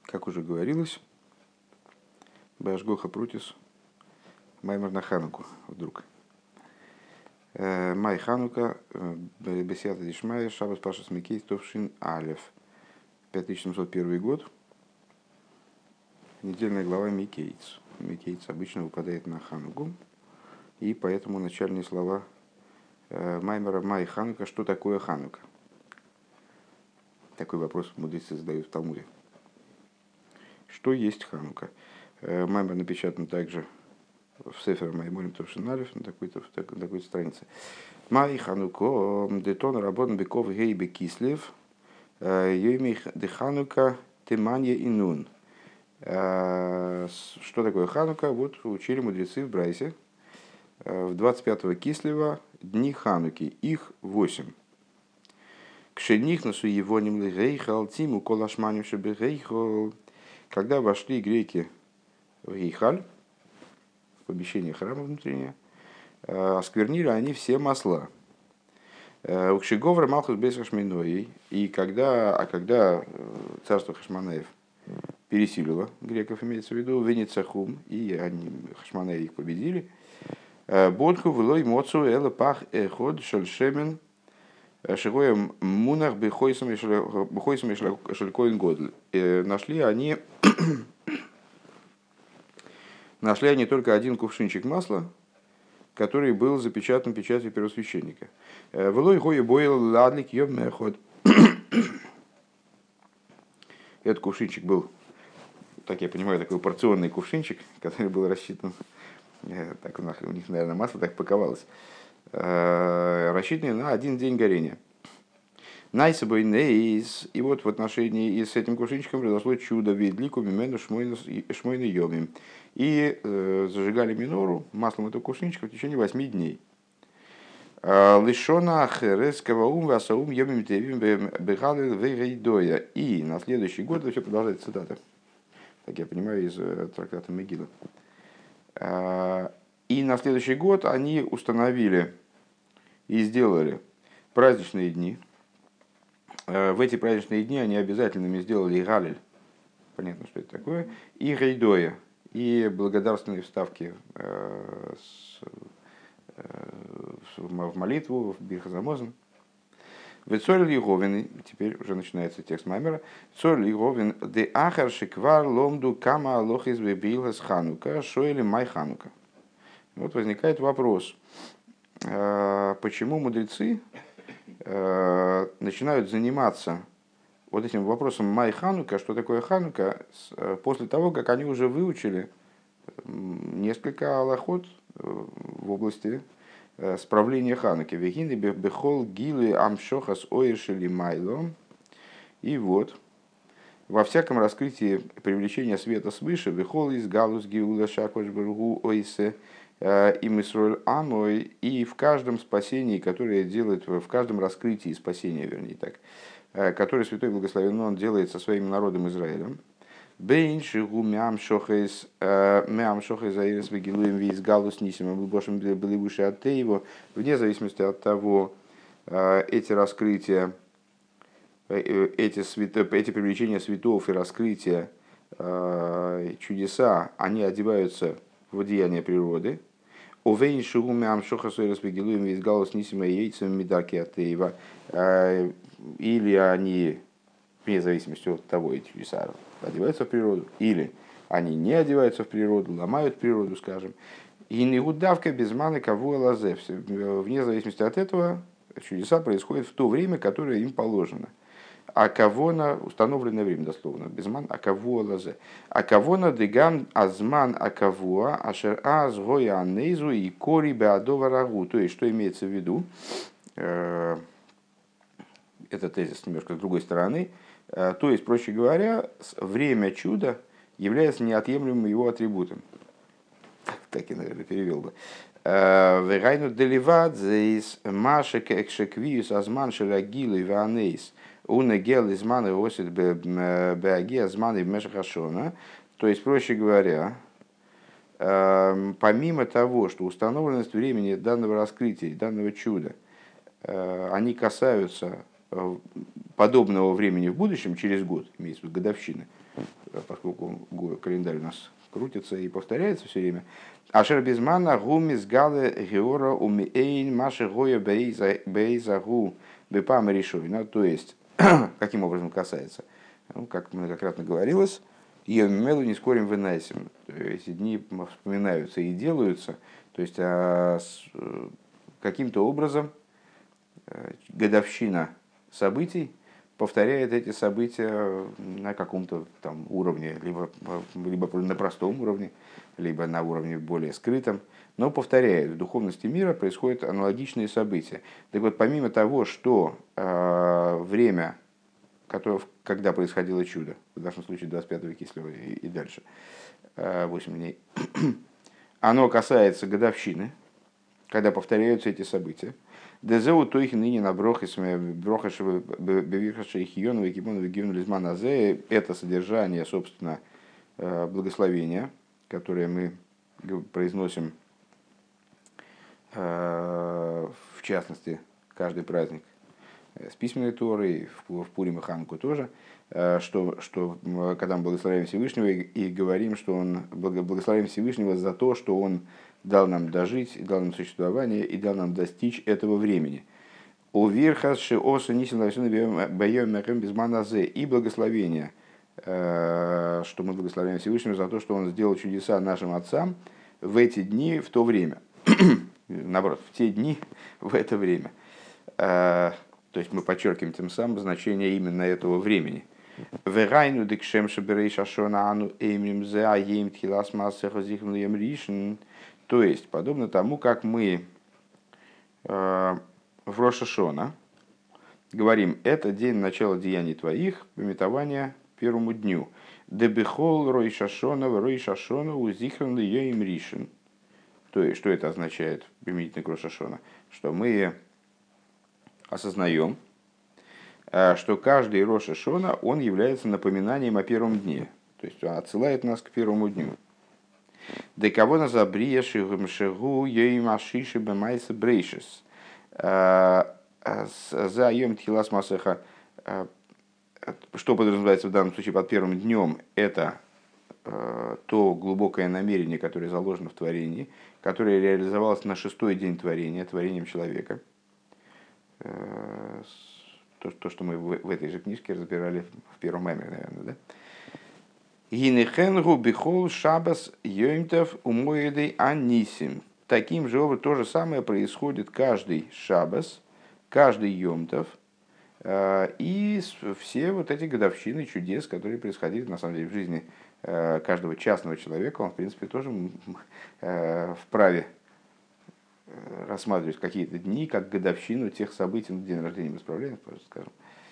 Как уже говорилось, Башгоха Прутис, Маймер на Хануку вдруг. Май Ханука, Бесията Дишмая, Шаббат Пашас Микейс, Товшин Алев. 5701 год, недельная глава Микейц. Микейц обычно выпадает на Хануку, и поэтому начальные слова Маймера Май Ханука, что такое Ханука? Такой вопрос мудрецы задают в Талмуде. Что есть Ханука? Маймер напечатан также в Сефер Майморим Товшин Алев на такой странице. Май Хануко, детон работан беков гей бекислев, йоймих де Ханука теманья и нун. Что такое Ханука? Вот учили мудрецы в Брайсе. В 25-го Кислева дни Хануки, их 8. Кшенихнасу его немлегейхал, тиму колашманим шебегейхал. Когда вошли греки в Гейхаль, в помещение храма внутреннее, осквернили они все масла. Укшиговр Малхус Бейс Хашминой. И когда царство Хашманаев пересилило греков, имеется в виду, Венецахум, и Хашманаи их победили, Бодху влой моцу эла пах эход шальшемен шигоем мунах бехойсам шалькоин годль. Нашли они только один кувшинчик масла, который был запечатан печатью первосвященника. Влой гой бойл ладлик йом эход. Этот кувшинчик был, так я понимаю, такой порционный кувшинчик, который был рассчитан, так у них, наверное, масло так паковалось, рассчитанный на один день горения. Найсабой нейс. И вот в отношении и с этим кувшинчиком произошло чудо. Ведлику мимену шмойны йомим. И зажигали минору маслом этого кувшинчика в течение 8 дней. Лишона хереского ум васаум йомим тевим бегалы вегейдоя. И на следующий год, это все продолжается цитата, так я понимаю, из трактата Мегилла. И на следующий год они установили и сделали праздничные дни. В эти праздничные дни они обязательными сделали галель, понятно, что это такое, и гейдоя, и благодарственные вставки в молитву, в бирхазамозн. Вецоль Еговин, теперь уже начинается текст Маймера. Цоль Еговин, де ахар шиквар ломду кама алохис вебилхас ханука, шоэли май ханука. Вот возникает вопрос, почему мудрецы начинают заниматься вот этим вопросом Май Ханука, что такое Ханука, после того, как они уже выучили несколько алахот в области справления Хануки. Вегины бехол гилы амшохас оишели майло. И вот, во всяком раскрытии привлечения света свыше, вехол из галус гиула шакош бергу ойсе и мисроль амой, и в каждом спасении, которое делает, в каждом раскрытии спасения, вернее так, которое Святой Благословен Он делает со своим народом Израилем, бейн шигу мям шохес аирес вегилуем виз галус нисим бошем были выше от его, вне зависимости от того, эти раскрытия, эти привлечения святов и раскрытия, чудеса, они одеваются в деяния природы. Или они, вне зависимости от того, эти чудеса одеваются в природу, или они не одеваются в природу, ломают природу, скажем. И не удавка без маны кого лазев. Вне зависимости от этого чудеса происходят в то время, которое им положено. А кого на установленное время, дословно, безман, а кого лазе. А кого на дегам азман, а кого, ашер аз гоя анейзу и кори беадова рагу. То есть, что имеется в виду, это тезис немножко с другой стороны. То есть, проще говоря, время чуда является неотъемлемым его атрибутом. Так я, наверное, перевел бы. Вегайну деливад зейс машек экшеквиус азман шерагилы ванейс. Унагел из маны осит беаги азманы в мешахашона. То есть, проще говоря, помимо того, что установленность времени данного раскрытия, данного чуда, они касаются подобного времени в будущем, через год, имеется в виду годовщины, поскольку календарь у нас крутится и повторяется все время. Ашер безмана гумис гале геора умиэйн маши гоя бейза гу бепам решой. Ну, то есть, каким образом касается? Ну, как многократно говорилось, Йомимелу не скорим выносим. Эти дни вспоминаются и делаются. То есть, каким-то образом годовщина событий повторяет эти события на каком-то там уровне, либо на простом уровне, либо на уровне более скрытом, но повторяет. В духовности мира происходят аналогичные события. Так вот, помимо того, что время, когда происходило чудо, в нашем случае 25-го Кислева и дальше, 8 дней, оно касается годовщины, когда повторяются эти события. Дезеу тойхи ныне на брохашевы бевихаши хиону и кимону вегиону лизманазе. Это содержание, собственно, благословения, которое мы произносим, в частности, каждый праздник с письменной Торой, в Пурим и Хануку тоже, что когда мы благословляем Всевышнего и говорим, что он благословляем Всевышнего за то, что он дал нам дожить, дал нам существование и дал нам достичь этого времени. И благословение, что мы благословляем Всевышнего за то, что он сделал чудеса нашим отцам в эти дни, в то время. Наоборот, в те дни, в это время. То есть мы подчеркиваем тем самым значение именно этого времени. То есть, подобно тому, как мы в Рош ха-Шана говорим, это день начала деяний твоих, памятования первому дню. Дебихол Рош ха-Шана, Рош ха-Шана, узихран йоим ришен. То есть, что это означает применительно к Рош ха-Шана? Что мы осознаем, что каждый Рош ха-Шана, он является напоминанием о первом дне. То есть, он отсылает нас к первому дню. Де кого на забрия шигу йоим ашиши бемайса брейшис. За йом тхилас масеха, что подразумевается в данном случае под первым днем, это то глубокое намерение, которое заложено в творении, которое реализовалось на шестой день творения, творением человека. То, что мы в этой же книжке разбирали в первом меме, наверное, да? Гинехенгу бихол шабас йомтов умоедей анисим. Таким же образом то же самое происходит каждый шабас, каждый йомтов и все вот эти годовщины чудес, которые происходили на самом деле в жизни каждого частного человека. Он, в принципе, тоже вправе рассматривать какие-то дни как годовщину тех событий, день рождения мы справляем, скажем,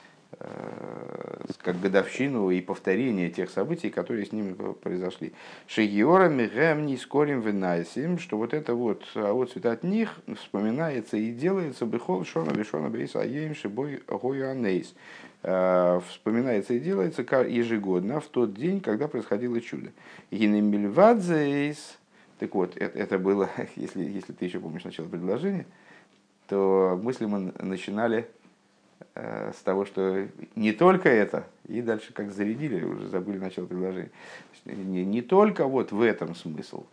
как годовщину и повторение тех событий, которые с ним произошли. Шегиора мигем не скорим вынайсим, что вот это вот отцвет от них вспоминается и делается бихол шона вишона бейс аем шибой гоюанейс. Вспоминается и делается ежегодно в тот день, когда происходило чудо. Гинемильвадзейс. Так вот, это было, если ты еще помнишь начало предложения, то мысли мы начинали с того, что не только это, и дальше как зарядили, уже забыли начало предложения. Не только вот в этом смысл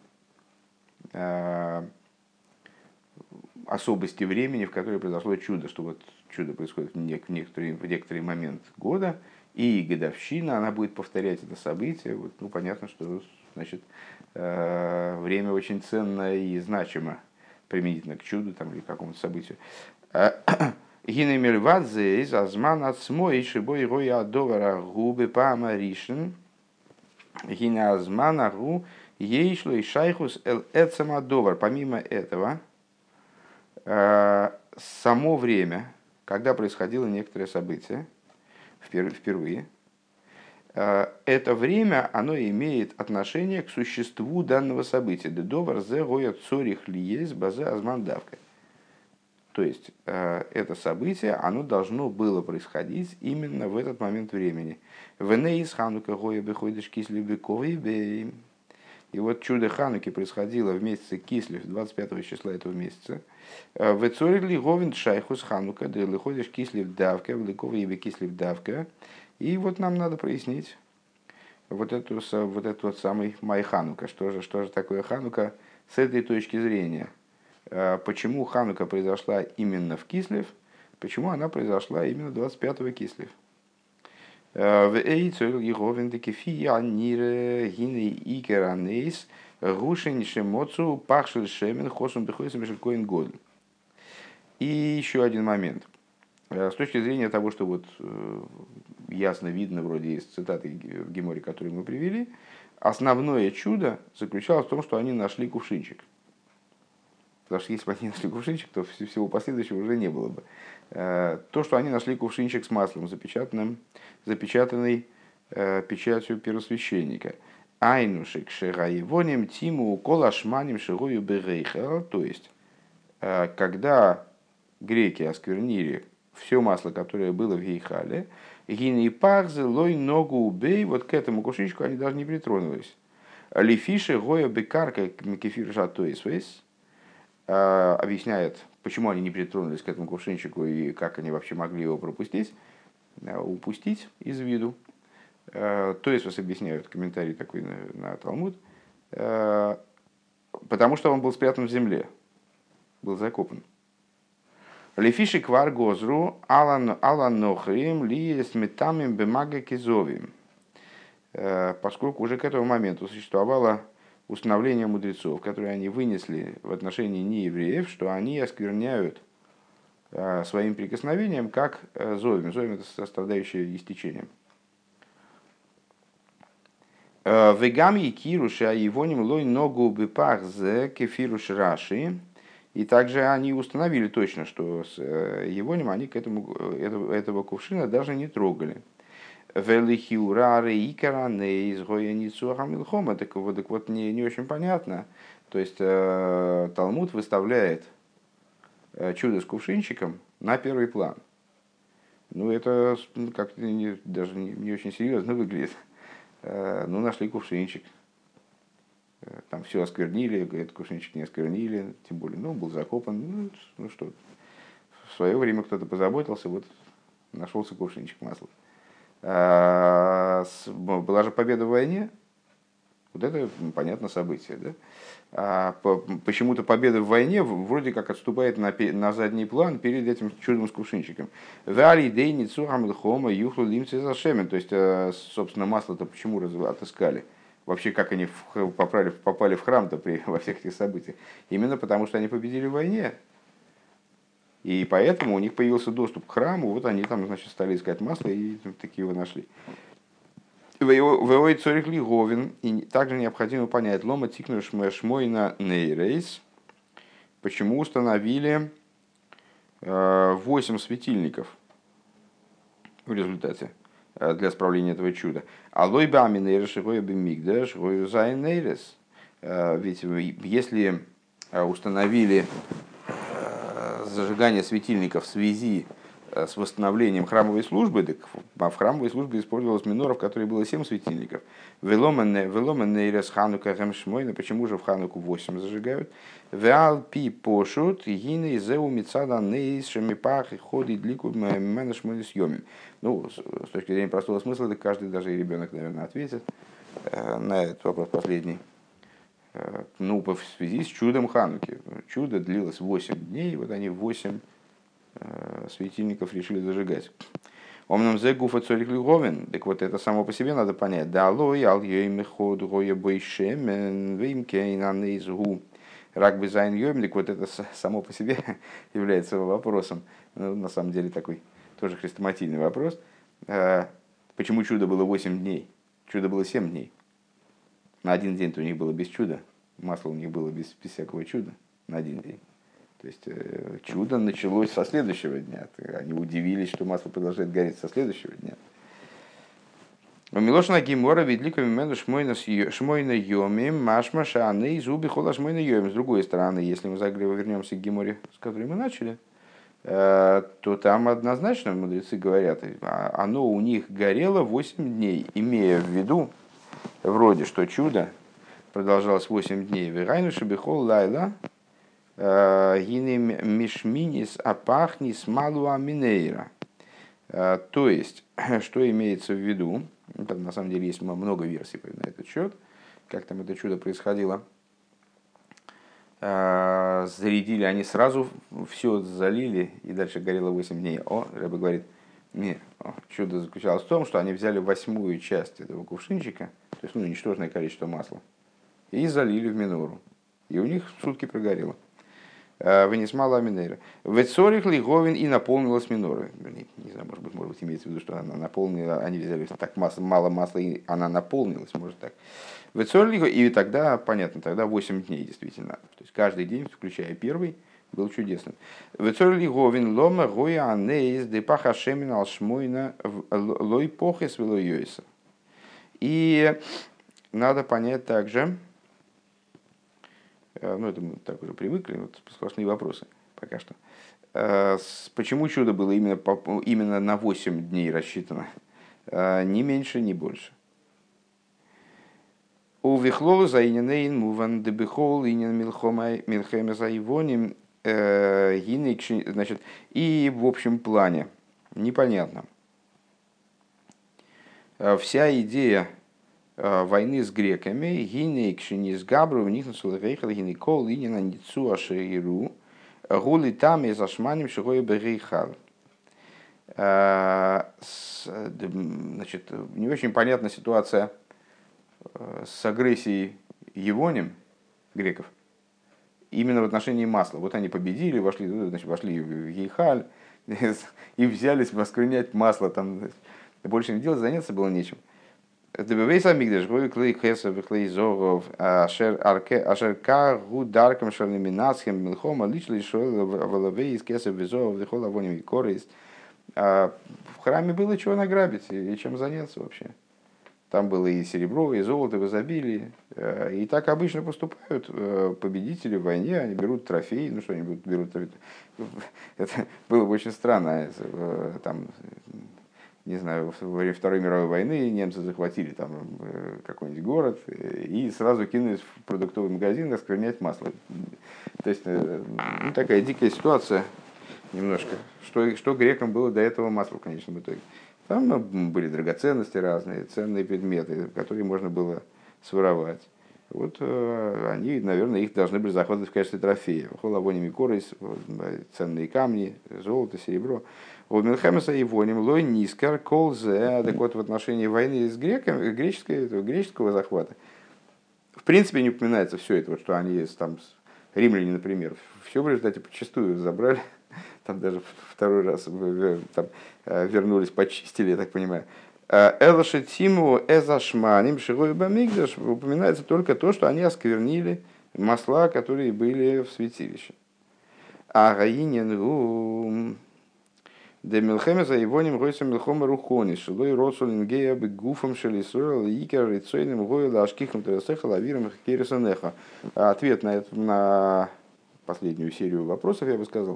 особости времени, в которое произошло чудо, что вот чудо происходит в некоторый момент года, и годовщина, она будет повторять это событие. Вот, ну, понятно, что значит, время очень ценно и значимо применительно к чуду там, или к какому-то событию. Гинемельвадзе из азман ацмой шибой роя довара губы пама ришен. Гинеазман агу ейшло и шайхус эл эцамадовар. Помимо этого, само время, когда происходило некоторое событие, впервые, это время, оно имеет отношение к существу данного события. Дедовар зе гоя цорих лиез базе азмандавка. То есть, это событие, оно должно было происходить именно в этот момент времени. Венеис ханука гоя беходиш кислив бековый бей. И вот чудо Хануки происходило в месяце Кислев, 25 числа этого месяца. В цорили говин шайхус Ханука, да выходишь Кислев давка, в ликовый бе Кислев давка. И вот нам надо прояснить, вот этот вот самый Май Ханука. Что же такое Ханука с этой точки зрения? Почему Ханука произошла именно в Кислев? Почему она произошла именно 25-го Кислев? В Эйцел Еговин Декефия Нире Гины Икеранейс Гушин Шемоцу Пахшель Шемен Хосум Бехойсом Мишелькоин Год. И еще один момент. С точки зрения того, что вот ясно видно вроде из цитаты в Геморе, которую мы привели, основное чудо заключалось в том, что они нашли кувшинчик. Потому что если бы они нашли кувшинчик, то всего последующего уже не было бы. То, что они нашли кувшинчик с маслом, запечатанный печатью первосвященника. Айнушек шегаевоним тиму колашманим шигою берейхел. То есть, когда греки осквернили все масло, которое было в Гейхале, гины парзы лой ногу убей, вот к этому кувшинчику они даже не притронулись. Лифиши гоя бекарка кефир жатоисвейс объясняет, почему они не притронулись к этому кувшинчику и как они вообще могли его упустить из виду. То есть вас объясняют комментарий такой на Талмуд, потому что он был спрятан в земле, был закопан. Лефиши квар гозру алан нохрим ли сметамим бемага кизовим. Поскольку уже к этому моменту существовало установление мудрецов, которые они вынесли в отношении неевреев, что они оскверняют своим прикосновением, как зовим. Зовим — это страдающее истечением. Вегами и кируша ивоним лой ногу бепах зе кефируш раши. И также они установили точно, что с ивоним они к этого кувшина даже не трогали. Так вот, не очень понятно. То есть Талмуд выставляет чудо с кувшинчиком на первый план. Ну, это как-то даже не очень серьезно выглядит. Ну, нашли кувшинчик. Там все осквернили, этот кувшинчик не осквернили, тем более, ну, был закопан. Ну что, в свое время кто-то позаботился, вот нашелся кувшинчик масла. Была же победа в войне, вот это понятное событие, да? Почему-то победа в войне вроде как отступает на задний план перед этим чудом с кувшинчиком. То есть, собственно, масло-то почему отыскали? Вообще, как они попали в храм-то во всех этих событиях? Именно потому, что они победили в войне. И поэтому у них появился доступ к храму, вот они там, значит, стали искать масло и такие его нашли. Вой цорих лиговин, и также необходимо понять, лома тикну шмойна нейрейс, почему установили 8 светильников в результате для справления этого чуда. Алой бами нейреш, гой би мигдаш, гой зай нейрес. Ведь если установили зажигание светильников в связи с восстановлением храмовой службы, так в храмовой службе использовалась минора, в которой было 7 светильников. Веломен ханука гемшмойна, почему же в хануку 8 зажигают? Веал пи пошут, гины зеу мицада нейс шемипах и ходы длику менешмойна съемим. Ну, с точки зрения простого смысла, так каждый, даже и ребенок, наверное, ответит на этот вопрос последний. Ну, в связи с чудом Хануки. Чудо длилось 8 дней, вот они 8 светильников решили зажигать. Омном зе гуфа цорих лиговин, так вот это само по себе надо понять. Да лой ал йоймеход гоя бойшем вимке инанейзгу рак безайн йойм, так вот это само по себе является вопросом. Ну, на самом деле такой тоже хрестоматийный вопрос. Почему чудо было 8 дней? Чудо было 7 дней. На один день-то у них было без чуда. Масло у них было без всякого чуда на один день. То есть чудо началось со следующего дня. Они удивились, что масло продолжает гореть со следующего дня. Милошна гимора видликами мену шмойна йоми машма шаны зуби хола шмойна йоми. С другой стороны, если мы вернемся к гиморе, с которой мы начали, то там однозначно мудрецы говорят, оно у них горело 8 дней, имея в виду, вроде, что чудо продолжалось 8 дней. Вирайнуши бихол лайла гинем мишминис апахнис малуа минейра. То есть, что имеется в виду? Ну, там, на самом деле есть много версий на этот счет, как там это чудо происходило. Зарядили, они сразу все залили, и дальше горело 8 дней. Рэбе говорит, нет, чудо заключалось в том, что они взяли 8-ю часть этого кувшинчика, то есть ничтожное количество масла, и залили в минору. И у них сутки прогорело. Вынес мало аминейра. Вецорих лиговин и наполнилась минорой. Не знаю, может быть, имеется в виду, что она наполнила, они взяли так мало масла, и она наполнилась, может так. Вецорих, и тогда, понятно, тогда 8 дней действительно. То есть каждый день, включая первый, был чудесным. Вецорих лиговин лома гоя анеис депаха шемин алшмойна лой похес велойойса. И надо понять также, это мы так уже привыкли, вот сплошные вопросы пока что. Почему чудо было именно на 8 дней рассчитано? Ни меньше, ни больше. У вихлоу заиненейн муван дебихол инен милхеме заивоним значит, и в общем плане непонятно. Вся идея войны с греками, гинейкшини с габру, в них насулрейхал, гинейкол, и не на ницу аширу, гули там и зашманим шигой берейхал. Значит, не очень понятна ситуация с агрессией евоним, греков, именно в отношении масла. Вот они победили, вошли в Ейхаль и взялись воскренять масло. Там больше не делать, заняться было нечем. Дебевейс амигдаш гой клей хесов и клей зогов ашер каргу даркам шарнаминасхем милхома лично шойл воловей из кесов и зогов вихола воним и корис. В храме было чего награбить и чем заняться вообще. Там было и серебро, и золото в изобилии. И так обычно поступают победители в войне, они берут трофеи, что они берут трофеи. Это было бы очень странно. Там, не знаю, во время Второй мировой войны немцы захватили там какой-нибудь город и сразу кинулись в продуктовый магазин осквернять масло. То есть, такая дикая ситуация немножко. Что грекам было до этого масла в конечном итоге. Там были драгоценности разные, ценные предметы, которые можно было своровать. Вот они, наверное, их должны были захватывать в качестве трофея. Холавоними корис, ценные камни, золото, серебро. У Милхемеса и Воним лой нискар колзе. Так вот, в отношении войны с греками, греческого захвата, в принципе, не упоминается все это, вот, что они там, римляне, например, все в результате почастую забрали. Там даже второй раз там, вернулись, почистили, я так понимаю. Элашетиму эзашманим шигой бамигдаш упоминается только то, что они осквернили масла, которые были в святилище. А гаинен демилхеме за ивоним гойсом милхома рухони шилой роцулин гея бегуфом шелисуэл икер рицойным гойла ашкихом тересеха лавиром хересанеха. Ответ на последнюю серию вопросов, я бы сказал,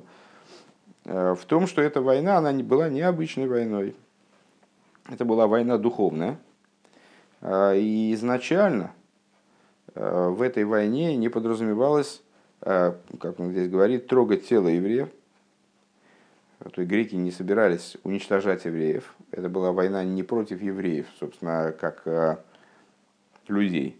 в том, что эта война, она была необычной войной. Это была война духовная. И изначально в этой войне не подразумевалось, как он здесь говорит, трогать тело евреев. То есть греки не собирались уничтожать евреев. Это была война не против евреев, собственно, как людей,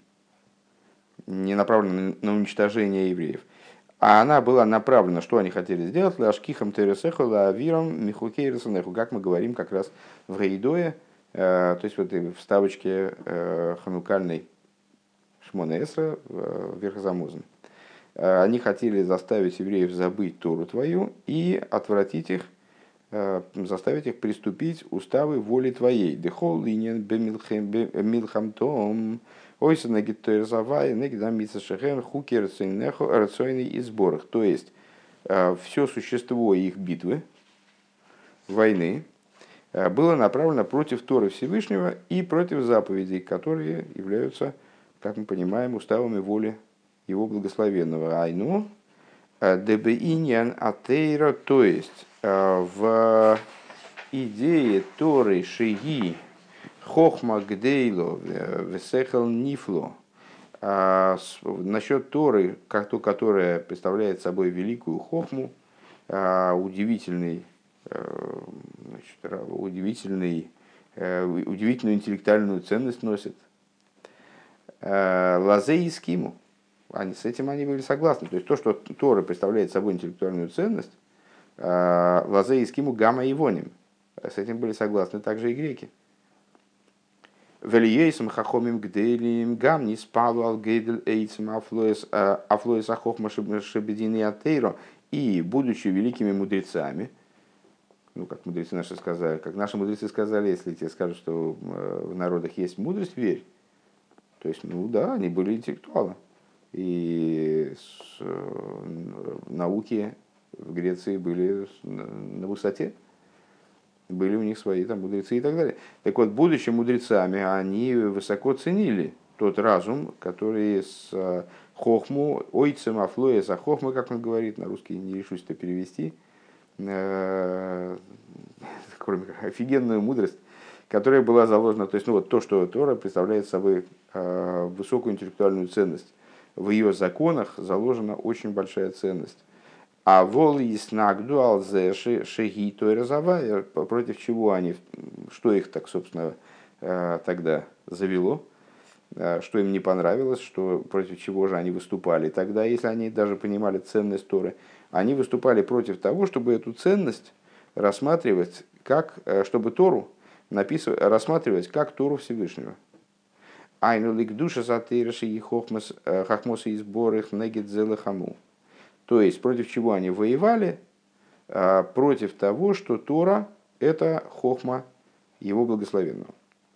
не направлена на уничтожение евреев. А она была направлена, что они хотели сделать, лашкихам тересеху, лавиром михукейресанеху, как мы говорим как раз в Рейдое, то есть в этой вставочке ханукальной Шмона Эсра Верхозамозен. Они хотели заставить евреев забыть Тору твою и отвратить их, заставить их приступить уставы воли твоей. Дехол линен бемилхамтом. Ойса нагитоирзавай, нагидамица шехен, хукер рацойный и сборах. То есть, все существо их битвы, войны, было направлено против Торы Всевышнего и против заповедей, которые являются, как мы понимаем, уставами воли его благословенного. Айну, дебеиньян атеира, то есть, в идее Торы Шиги, Хохма гдейло, весехал нифло. Насчет Торы, которая представляет собой великую хохму, удивительный удивительную интеллектуальную ценность носит. Лазе и скиму. С этим они были согласны. То есть то, что Тора представляет собой интеллектуальную ценность, лазе и скиму гамма и воним. С этим были согласны также и греки. Велиейсом хахомим гделим гам не спалу ал гейдел эйцем афлоес ахохма шебедины атейро. И будучи великими мудрецами, ну как мудрецы наши сказали, как наши мудрецы сказали, если тебе скажут, что в народах есть мудрость, верь. То есть, ну да, они были интеллектуалы. И науки в Греции были на высоте. Были у них свои там мудрецы и так далее. Так вот, будучи мудрецами, они высоко ценили тот разум, который с хохму, ойцем, афлоес, а хохма, как он говорит, на русский не решусь это перевести, кроме как офигенную мудрость, которая была заложена, то есть, ну, вот то, что Тора представляет собой высокую интеллектуальную ценность. В ее законах заложена очень большая ценность. А вол и снагду алзе шеги той разовая, против чего они, что их так, собственно, тогда завело, что им не понравилось, что, против чего же они выступали. Тогда, если они даже понимали ценность Торы, они выступали против того, чтобы эту ценность рассматривать как, чтобы Тору рассматривать как Тору Всевышнего. Айну лик душа затырыши и хохмосы и сборы негет зелахаму. То есть, против чего они воевали? Против того, что Тора – это хохма его благословенного.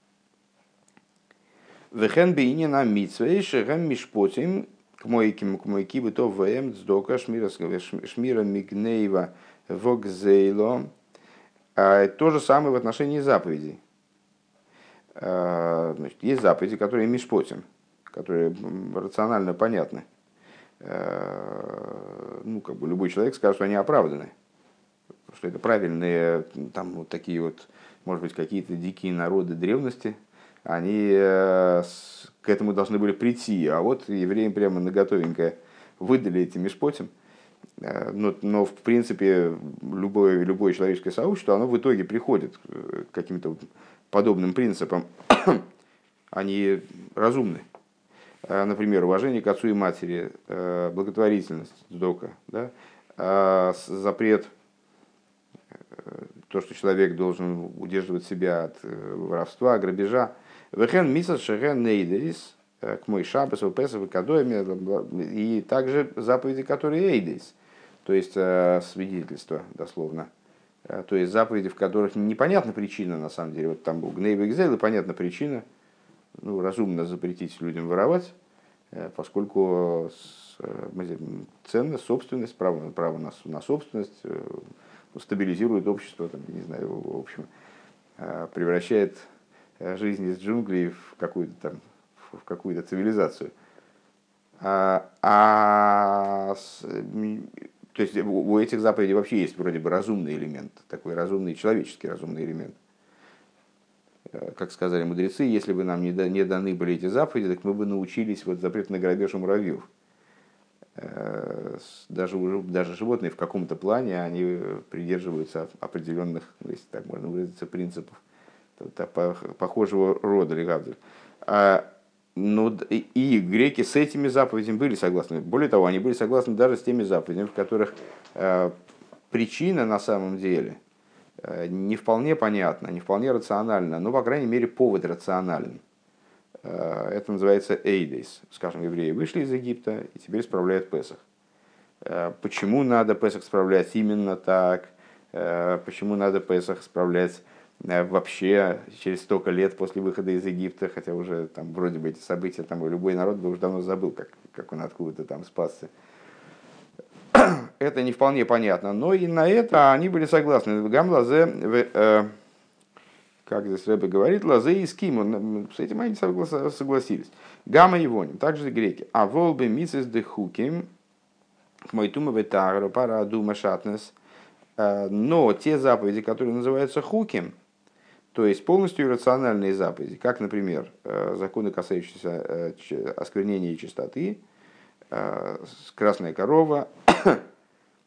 Вехен бейни на митсвей шехем мишпотим к мойки бы то вэм цдока шмира мигнеева вогзейло. То же самое в отношении заповедей. Значит, есть заповеди, которые мишпотим, которые рационально понятны. Ну, как бы любой человек скажет, что они оправданы, что это правильные, там вот такие вот, может быть, какие-то дикие народы древности, они к этому должны были прийти, а вот евреям прямо наготовенько выдали эти мишпотим. Но в принципе любое человеческое сообщество, оно в итоге приходит к каким-то подобным принципам. Они разумны. Например, уважение к отцу и матери, благотворительность, сдока, да? Запрет, то, что человек должен удерживать себя от воровства, грабежа. Вехен мисас шехен нейдейс, к мой шабас, песов и кадоями, и также заповеди, которые эйдейс, то есть свидетельство, дословно. То есть заповеди, в которых непонятна причина, на самом деле. Вот там у Гнейва Экзейла понятна причина. Ну, разумно запретить людям воровать, поскольку ценность, собственность, право на собственность стабилизирует общество, там, не знаю, в общем, превращает жизнь из джунглей в какую-то цивилизацию. То есть у этих заповедей вообще есть вроде бы разумный элемент, такой разумный, человеческий разумный элемент. Как сказали мудрецы, если бы нам не даны были эти заповеди, так мы бы научились вот запрет на грабеж у муравьев. Даже животные в каком-то плане, они придерживаются определенных, если так можно выразиться, принципов похожего рода. Но и греки с этими заповедями были согласны. Более того, они были согласны даже с теми заповедями, в которых причина на самом деле не вполне понятна, не вполне рациональна, но, по крайней мере, повод рационален. Это называется эйдейс. Скажем, евреи вышли из Египта и теперь справляют Песах. Почему надо Песах справлять именно так? Почему надо Песах справлять вообще через столько лет после выхода из Египта, хотя уже там вроде бы эти события, там любой народ бы уже давно забыл, как он откуда-то там спасся. Это не вполне понятно, но и на это они были согласны. Гам лазе, как здесь Рэбе говорит, лазе и скиму, с этим они согласились. Гамма и воним, также греки. А волбе мисес де хуким, мойтума ветагро, пара дума шатнес. Но те заповеди, которые называются хуким, то есть полностью иррациональные заповеди, как, например, законы, касающиеся осквернения и чистоты, красная корова,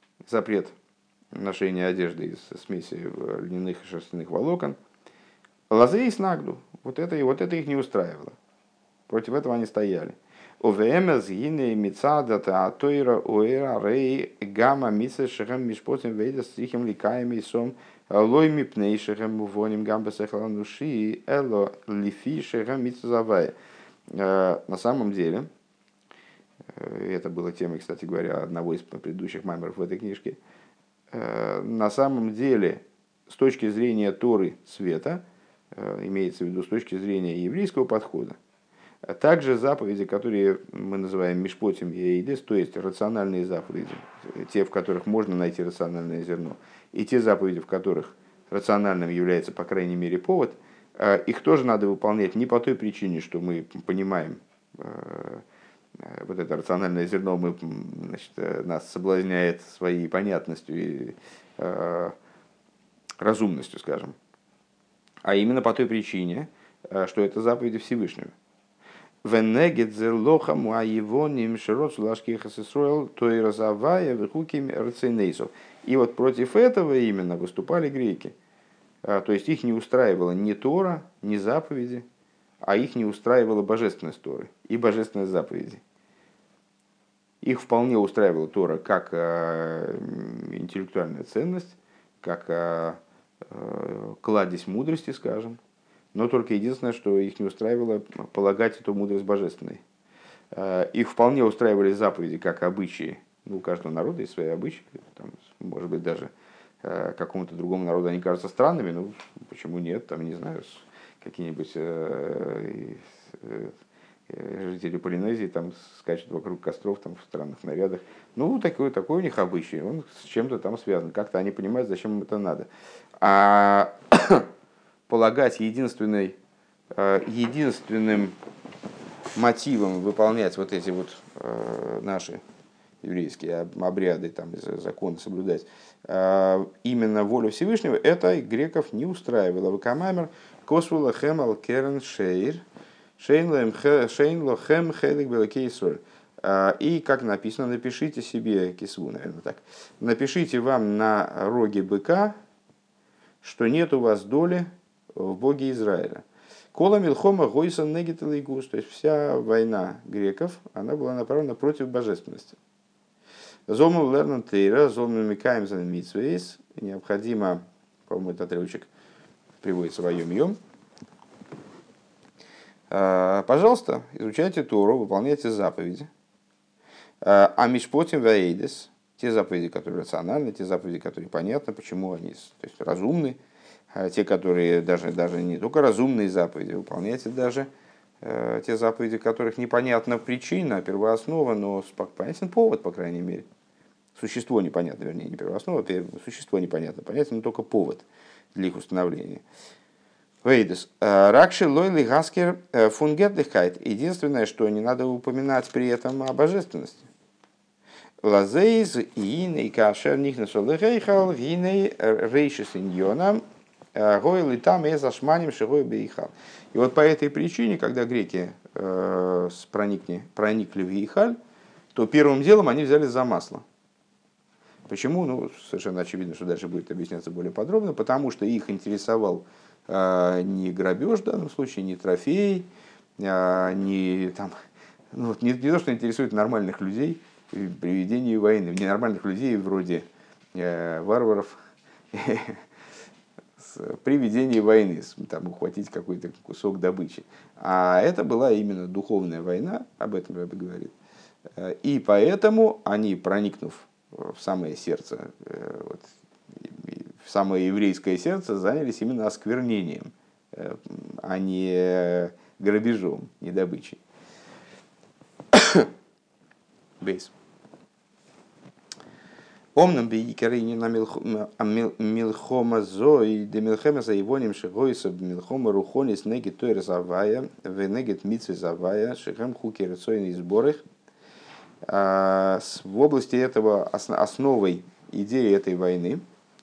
запрет ношения одежды из смеси льняных и шерстяных волокон, Лазей и снагду. Вот это их не устраивало. Против этого они стояли. ОВМ згины мицадата атойра уэра рей гамма мица шехем мишпотим вейда стихим ликаем и сом лой мипней шехем мувоним гамба сехалануши эло лифи шехем мица завая. На самом деле, это была тема, кстати говоря, одного из предыдущих маймеров в этой книжке, на самом деле, с точки зрения Торы света, имеется в виду с точки зрения еврейского подхода, также заповеди, которые мы называем мишпотим и эйдес, то есть рациональные заповеди, те, в которых можно найти рациональное зерно, и те заповеди, в которых рациональным является, по крайней мере, повод, их тоже надо выполнять не по той причине, что мы понимаем вот это рациональное зерно, нас соблазняет своей понятностью и разумностью, скажем, а именно по той причине, что это заповеди Всевышнего. Венегет зелоха муаевоним широт сулашкиха сисроэл той разавая вихуким рацинейсов. И вот против этого именно выступали греки. То есть их не устраивала ни Тора, ни заповеди, а их не устраивала божественность Торы и божественность заповеди. Их вполне устраивала Тора как интеллектуальная ценность, как кладезь мудрости, скажем. Но только единственное, что их не устраивало полагать эту мудрость божественной. Их вполне устраивали заповеди как обычаи. У каждого народа есть свои обычаи. Там, может быть, даже какому-то другому народу они кажутся странными. Ну, почему нет? Там, не знаю, какие-нибудь жители Полинезии там скачут вокруг костров там, в странных нарядах. Ну, такой у них обычай. Он с чем-то там связан. Как-то они понимают, зачем им это надо. А полагать единственным мотивом выполнять вот эти вот наши еврейские обряды, там, законы соблюдать, именно волю Всевышнего, это греков не устраивало. Вакамамер косвула хэмал керен шейр шейн лохем хелик белакейсоль. И, как написано, напишите себе, кисву, наверное, так, напишите вам на роге быка, что нет у вас доли в Боге Израиля. Кола милхома гойсан негитал игус. То есть вся война греков, она была направлена против божественности. Зому лернан тейра, зому микаем за митсвейс. Необходимо, по-моему, этот отрывочек приводится в Айом-Йом. Пожалуйста, изучайте Тору, выполняйте заповеди. А мишпотим ваэйдес, те заповеди, которые рациональны, те заповеди, которые понятны, почему они, то есть, разумны. Те, которые даже не только разумные заповеди, выполняйте даже те заповеди, которых непонятна причина, первооснова, но понятен повод, по крайней мере. Существо непонятно, вернее, не первооснова, существо непонятно, понятен только повод для их установления. Вейдес. Ракши лойли гаскер фунгетлихкайт. Единственное, что не надо упоминать при этом о божественности. Лазейз и кашер нихнесу лехейхал гиней рейшис иньонам. И вот по этой причине, когда греки проникли в Ейхаль, то первым делом они взяли за масло. Почему? Ну, совершенно очевидно, что дальше будет объясняться более подробно. Потому что их интересовал не грабеж в данном случае, не трофей, не то, что интересует нормальных людей при ведении войны, ненормальных людей вроде варваров, при ведении войны, там, ухватить какой-то кусок добычи. А это была именно духовная война, об этом Ребе говорит. И поэтому они, проникнув в самое сердце, в самое еврейское сердце, занялись именно осквернением, а не грабежом, не добычей. Бейс. Омнам бейкарейни на милхома зои, де милхема заивоним шигойса милхома рухонис негит той разавая, венегит митсве завая, шихем хуки рецойны сборах. В области этого основой идеи этой войны,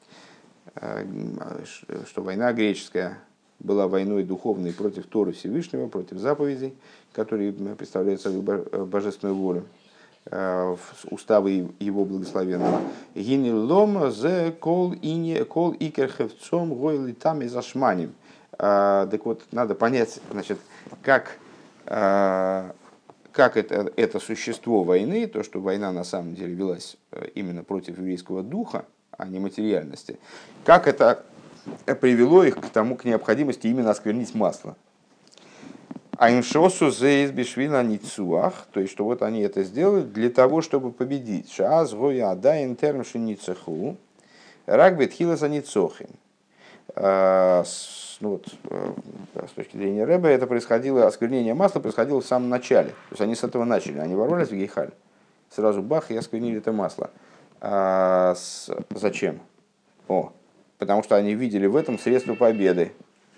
что война греческая была войной духовной против Торы Всевышнего, против заповедей, которые представляют собой божественную волю, уставы его благословенного. Гинилом зе кол икер хевцом гойли там и зашманим. Так вот, надо понять, значит, как, как это существо войны, то, что война на самом деле велась именно против еврейского духа, а не материальности, как это привело их к необходимости именно осквернить масло. А имшосу зейс бишвила ницуах, то есть, что вот они это сделали для того, чтобы победить. Шааз гоя адаин терм шиницаху, рагбет хиласа ницохин. Ну вот, с точки зрения Ребе, это происходило, осквернение масла происходило в самом начале. То есть они с этого начали, они ворвались в Гейхаль. Сразу бах, и осквернили это масло. Зачем? Потому что они видели в этом средство победы.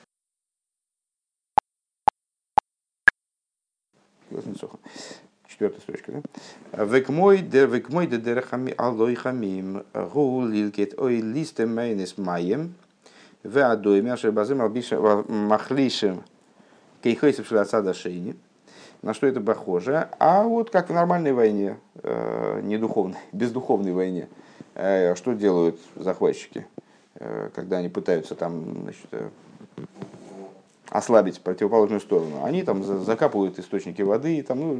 Четвертая строчка. Векмой де дерахами алой хамим гул лилкет ой листем мейнес маем веадой мяшер базым махлишем кейхойсов шляцада шейни. На что это похоже? А вот как в нормальной войне, не духовной, бездуховной войне, что делают захватчики, когда они пытаются там, значит, ослабить противоположную сторону? Они там закапывают источники воды и там, ну,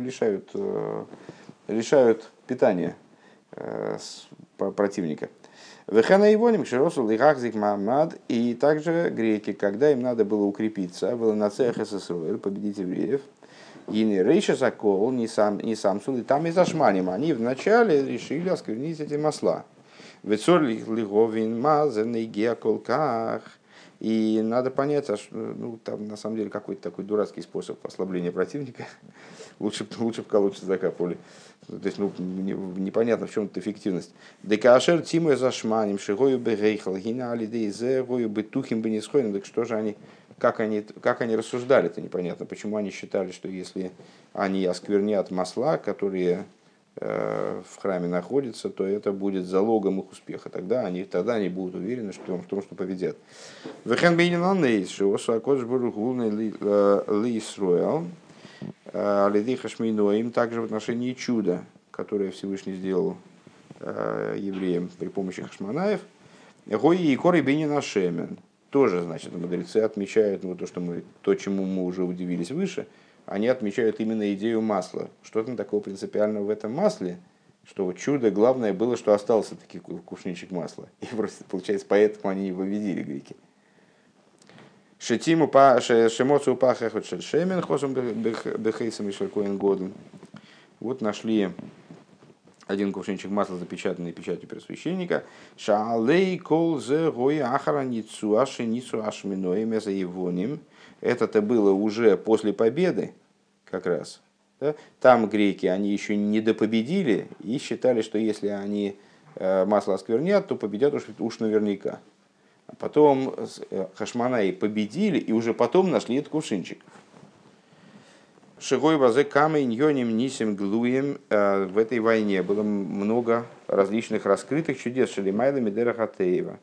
лишают питания противника. Вехана ивоним широсу лихахзик мамад. И также греки, когда им надо было укрепиться, было на цех СССР, победить евреев, и не рейша закол, не самсул, и там и зашманим. Они вначале решили осквернить эти масла. Вецор лиговин мазанный геоколках. И надо понять, ну, там на самом деле какой-то такой дурацкий способ ослабления противника. Лучше бы колодцы закапывали. То есть, ну, непонятно, в чем тут эффективность. Декашер тимой зашманим шигою бегейхал гина алидей зегою бетухим бенисхойным. Так что же они, как они рассуждали, это непонятно. Почему они считали, что если они осквернят масла, которые в храме находятся, то это будет залогом их успеха. Тогда они будут уверены в том, что победят. Вехен бейнинанный шиосу акодж бургулный ли Исруэл алидей хашминоим, также в отношении чуда, которое Всевышний сделал евреям при помощи хашманаев. Гои и коры бейнина шемен. Тоже, значит, мудрецы отмечают, ну, то, чему мы уже удивились выше, они отмечают именно идею масла. Что там такого принципиального в этом масле, что вот чудо главное было, что остался таки кувшинчик масла. И просто, получается, поэтому они его видели, греки. Шетиму шемоцу пахахот шельшемен хосом бехейсом и шелькоин годом. Вот нашли один кувшинчик масла, запечатанный печатью первосвященника. Шаалей кол зе гой ахара ницу аши ницу ашминой меза евоним. Это-то было уже после победы, как раз. Да? Там греки, они еще не допобедили и считали, что если они масло осквернят, то победят уж наверняка. А потом хашманаи победили и уже потом нашли этот кувшинчик. Шигой базе камей ньоним нисим глуем. В этой войне было много различных раскрытых чудес Шелимайла Медера Хатеева.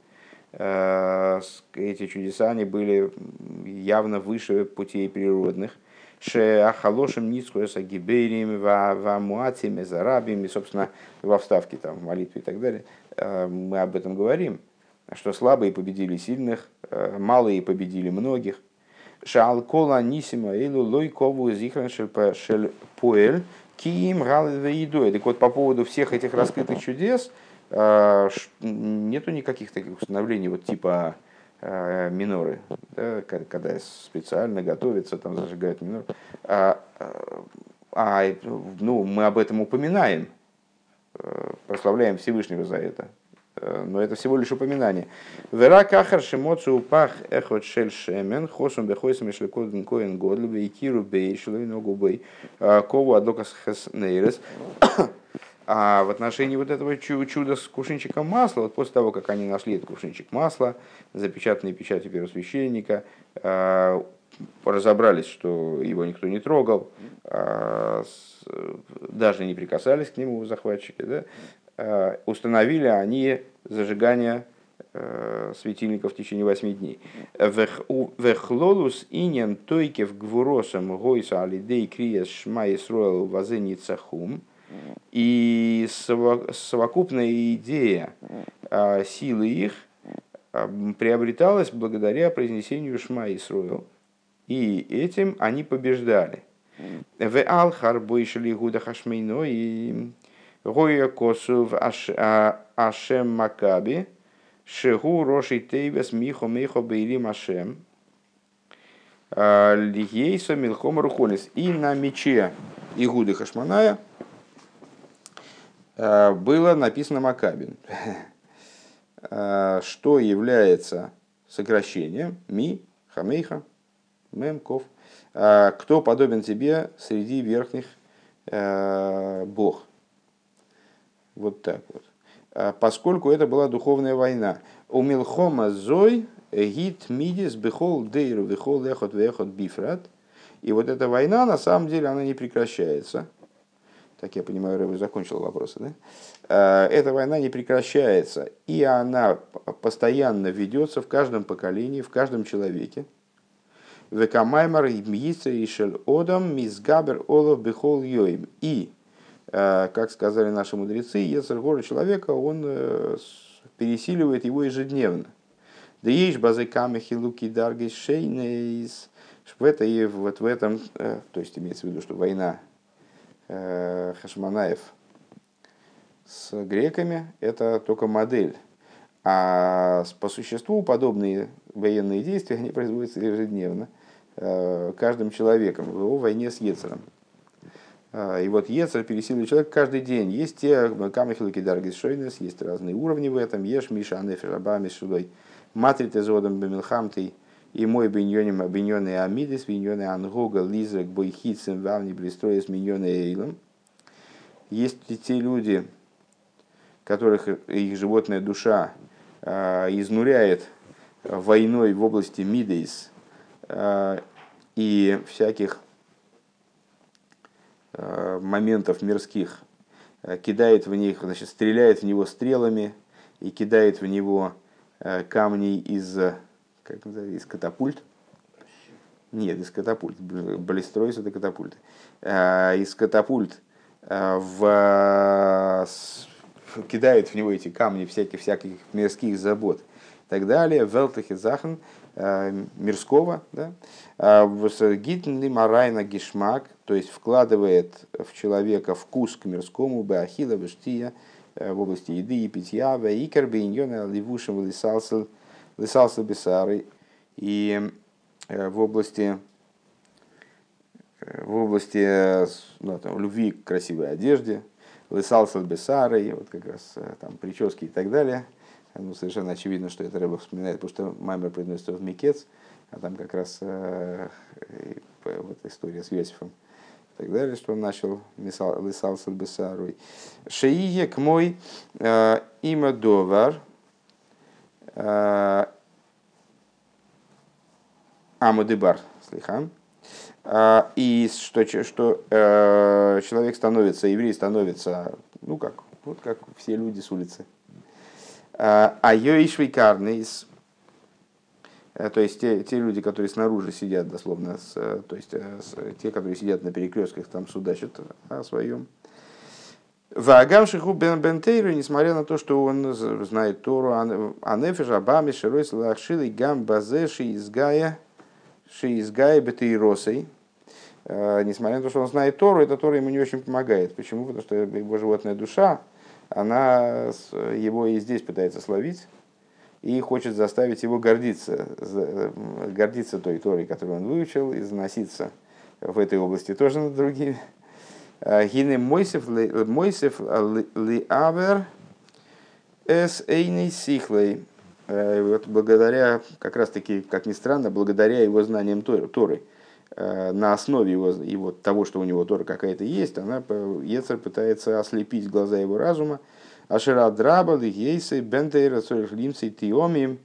Эти чудеса они были явно выше путей природных. Ахалошим ницкуэса гиберием вамуатими зарабиями, собственно, во вставке там, в молитве и так далее. Мы об этом говорим, что слабые победили сильных, малые победили многих. Шаалкола нисима элу лойкову зихран шель пуэль киим галвеидой. Так вот, по поводу всех этих раскрытых чудес нету никаких таких установлений вот типа миноры, да, когда специально готовятся, там зажигают минор. Ну, мы об этом упоминаем, прославляем Всевышнего за это, но это всего лишь упоминание. Вера кахар шемоцу пах эхот шель шемен хосум бехойсам эшликоден коэн годлю вейкиру бейшлой ногубей кову адлокас хеснейрес. А в отношении вот этого чуда с кувшинчиком масла, вот после того, как они нашли этот кувшинчик масла, запечатанный печатью первосвященника, разобрались, что его никто не трогал, даже не прикасались к нему захватчики, да, установили они зажигание светильников в течение 8 дней. Вехлолус инен тойкев гвуросом гойса алидей криес шма Исруэл вазени цахум. И совокупная идея силы их приобреталось благодаря произнесению Шма Исроил, и этим они побеждали. В Алхар бойшили гуда хашмейно и Гоя Косув Ашем Макаби Шегу Роши Тейвес Михо Михо Бейлим Ашем Льейса Милхом Рухолис. И на мече Игуды Хашманая было написано Макабин, что является сокращением Ми, Хамейха, Мемков. Кто подобен тебе среди верхних бог. Вот так вот. Поскольку это была духовная война. У Милхома Зой гит мидис бехол дейру бехол эхот вехот бифрат. И вот эта война, на самом деле, она не прекращается. Так я понимаю, Рэбе закончил вопросы, да? Эта война не прекращается, и она постоянно ведется в каждом поколении, в каждом человеке. Векамаймар мьица и шель одам мизгабер олов бехол йоим. И, как сказали наши мудрецы, Йецер гора человека, он пересиливает его ежедневно. Да ешь базы камехи луки даргис шейнейс. В этом, то есть имеется в виду, что война Хашманаев с греками это только модель, а по существу подобные военные действия они производятся ежедневно каждым человеком в его войне с Йецером. И вот Йецер пересиливает человека каждый день. Есть те камехилки даргис шойнес, есть разные уровни в этом. Еш миша анефер абами шудой матрит эзодом бемилхамтей. И мой биньоним обиньоны амидис, биньоны ангога, лизрак, бойхицем, вавни, блистроис, миньоны эйлом. Есть те люди, которых их животная душа изнуряет войной в области мидейс и всяких моментов мирских, кидает в них, значит, стреляет в него стрелами и кидает в него камни из катапульт. Нет, из катапульт. Баллистройс это катапульты. Из катапульт кидают в него эти камни всяких мирских забот и так далее. Велтахи захн мирского. Да? Гитн марайна гишмак, то есть вкладывает в человека вкус к мирскому, беахила, бештия, в области еды и питья, вейкер бейньона ливушем лисалсел бесары, и в области любви к красивой одежде, лисалсел бесары, вот как раз там прически и так далее. Ну, совершенно очевидно, что это Рэбе вспоминает, потому что Маймер произносится в Микец, а там как раз вот история с Йосифом и так далее, что он начал лисалсел бесарой. Шеиек мой има довар Амудыбар, слихан. И что человек становится, еврей становится, ну как, вот как все люди с улицы. А йоишвейкарнейс, то есть те люди, которые снаружи сидят, дословно, то есть те, которые сидят на перекрестках, там судачат о своем. Ваагам шиху бентейру, несмотря на то, что он знает Тору, анефеш абами широй слахшилы гам базе шиизгая бетейросой. Несмотря на то, что он знает Тору, эта Тора ему не очень помогает. Почему? Потому что его животная душа, она его и здесь пытается словить и хочет заставить его гордиться той Торой, которую он выучил, и заноситься в этой области тоже над другими. Гине Мойсев лиавер эс эйней сихлей. Вот благодаря, как раз таки, как ни странно, благодаря его знаниям Торы, на основе его того, что у него Тора какая-то есть, Йецер пытается ослепить глаза его разума. Ашера драба лигейсы бентейра сорих лимсей тиомим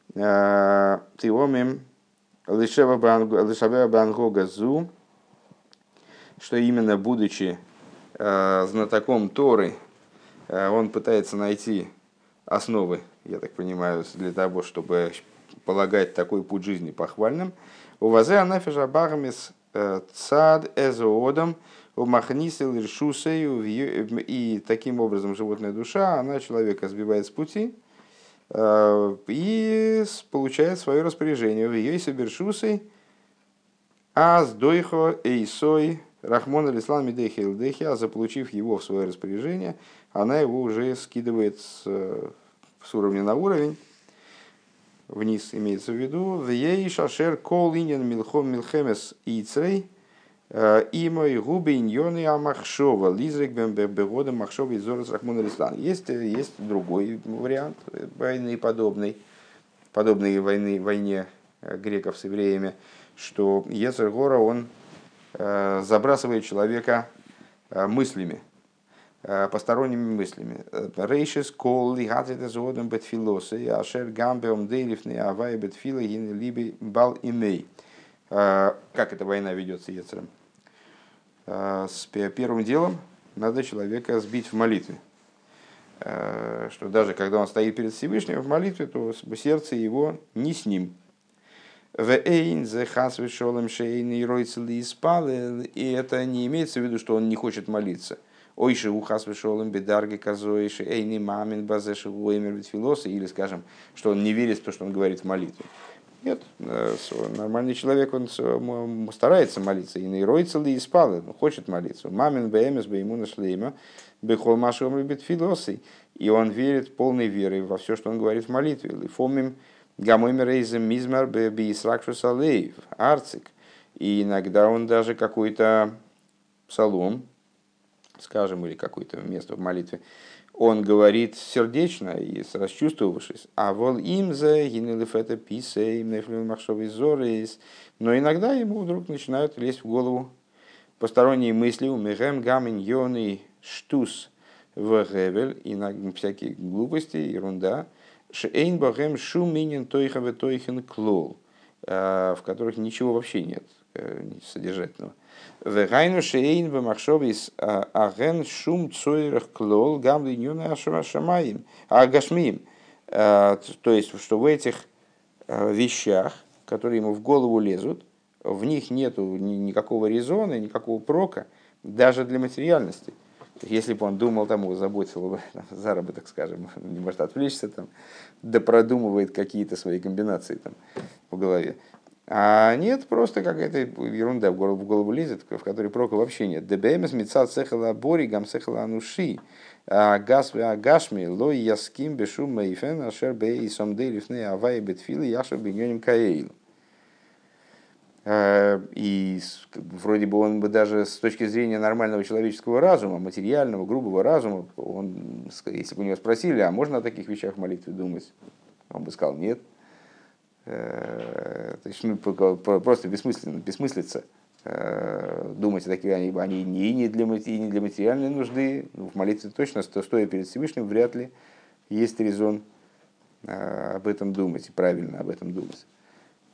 лишева банго газу, что именно будучи знатоком Торы, он пытается найти основы, я так понимаю, для того, чтобы полагать такой путь жизни похвальным. Увазе анафежа багамис цад эзоодом умахнисил иршусею, и таким образом животная душа, она человека сбивает с пути, и получает свое распоряжение. В ее собершусой аз дойхо эйсой рахмон алислан мидехи элдехи, а заполучив его в свое распоряжение, она его уже скидывает с уровня на уровень, вниз имеется в виду, в ей шашер кол иньян милхом милхемес ицрей, имой губы иньоны амахшова, лизрик бембегода махшова из зорас рахмон алислан. Есть другой вариант войны подобной войне греков с евреями, что Йецер Гора, он забрасывает человека мыслями, посторонними мыслями. Рейшис кол лигатит зодом бетфилосы, ашер гамбеом дейлифны авай бетфила гин либи бал имей. Как эта война ведется Йецером? С первым делом надо человека сбить в молитве. Что даже когда он стоит перед Всевышним в молитве, то сердце его не с ним. И это не имеется в виду, что он не хочет молиться. Или, скажем, что он не верит в то, что он говорит в молитве. Нет, нормальный человек, он старается молиться. И нейройца ли испал, он хочет молиться. Мамин бэмэс бэймуна шлейма бэхол машом любит филосы. И он верит полной верой во все, что он говорит в молитве. Лифомим гамоймер эйзем мизмар бэйсракшус алейв арцик. И иногда он даже какой-то псалом, скажем, или какое-то место в молитве, он говорит сердечно и расчувствовавшись, а вол им за гинелифета писей махшовый зорис, но иногда ему вдруг начинают лезть в голову посторонние мысли, умерем гамин йоны штус в гевель, и всякие глупости, ерунда, шейн богем шуминин тойхаве тойхен клол, в которых ничего вообще нет содержательного. Вегайну шейн в махшовис аген шум цойрах клол гамли нюна шамаим агашмиим. То есть, что в этих вещах, которые ему в голову лезут, в них нету никакого резона, никакого прока, даже для материальности. Если бы он думал, там, заботил бы заработок, скажем, не может отвлечься, там, да продумывает какие-то свои комбинации там, в голове. А нет, просто какая-то ерунда в голову лезет, в которой прока вообще нет. ДБМС мецад сехала бори гам сехала ануши. Газ агашми лой яским бешум мейфен ашер бей сомдей лифней авай бетфилы яшер биньоним каэйл. И вроде бы он бы даже с точки зрения нормального человеческого разума, материального, грубого разума, он, если бы у него спросили, а можно о таких вещах в молитве думать, он бы сказал нет. То есть, просто бессмыслица думать о таких, они не для материальной нужды, в молитве точно, стоя перед Всевышним, вряд ли есть резон об этом думать и правильно об этом думать.